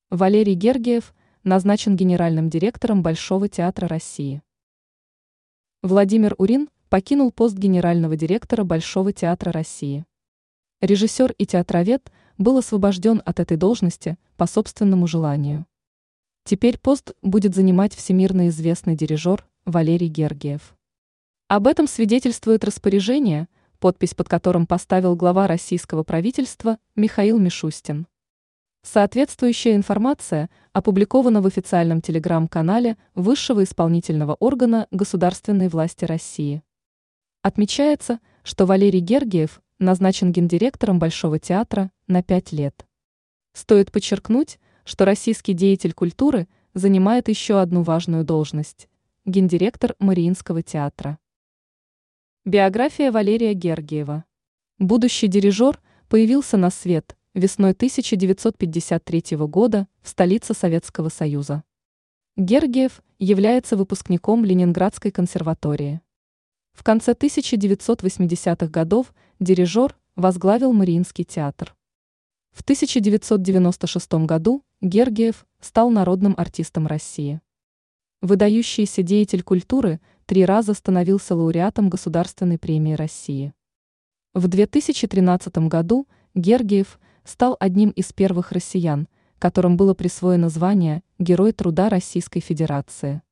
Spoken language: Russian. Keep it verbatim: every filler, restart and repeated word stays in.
Валерий Гергиев назначен генеральным директором Большого театра России. Владимир Урин покинул пост генерального директора Большого театра России. Режиссер и театровед был освобожден от этой должности по собственному желанию. Теперь пост будет занимать всемирно известный дирижер Валерий Гергиев. Об этом свидетельствует распоряжение, подпись под которым поставил глава российского правительства Михаил Мишустин. Соответствующая информация опубликована в официальном телеграм-канале Высшего исполнительного органа государственной власти России. Отмечается, что Валерий Гергиев назначен гендиректором Большого театра на пять лет. Стоит подчеркнуть, что российский деятель культуры занимает еще одну важную должность – гендиректор Мариинского театра. Биография Валерия Гергиева. Будущий дирижер появился на свет весной тысяча девятьсот пятьдесят третьего года в столице Советского Союза. Гергиев является выпускником Ленинградской консерватории. В конце тысяча девятьсот восьмидесятых годов дирижер возглавил Мариинский театр. В тысяча девятьсот девяносто шестом году Гергиев стал народным артистом России. Выдающийся деятель культуры три раза становился лауреатом Государственной премии России. В две тысячи тринадцатом году Гергиев стал одним из первых россиян, которым было присвоено звание Герой труда Российской Федерации.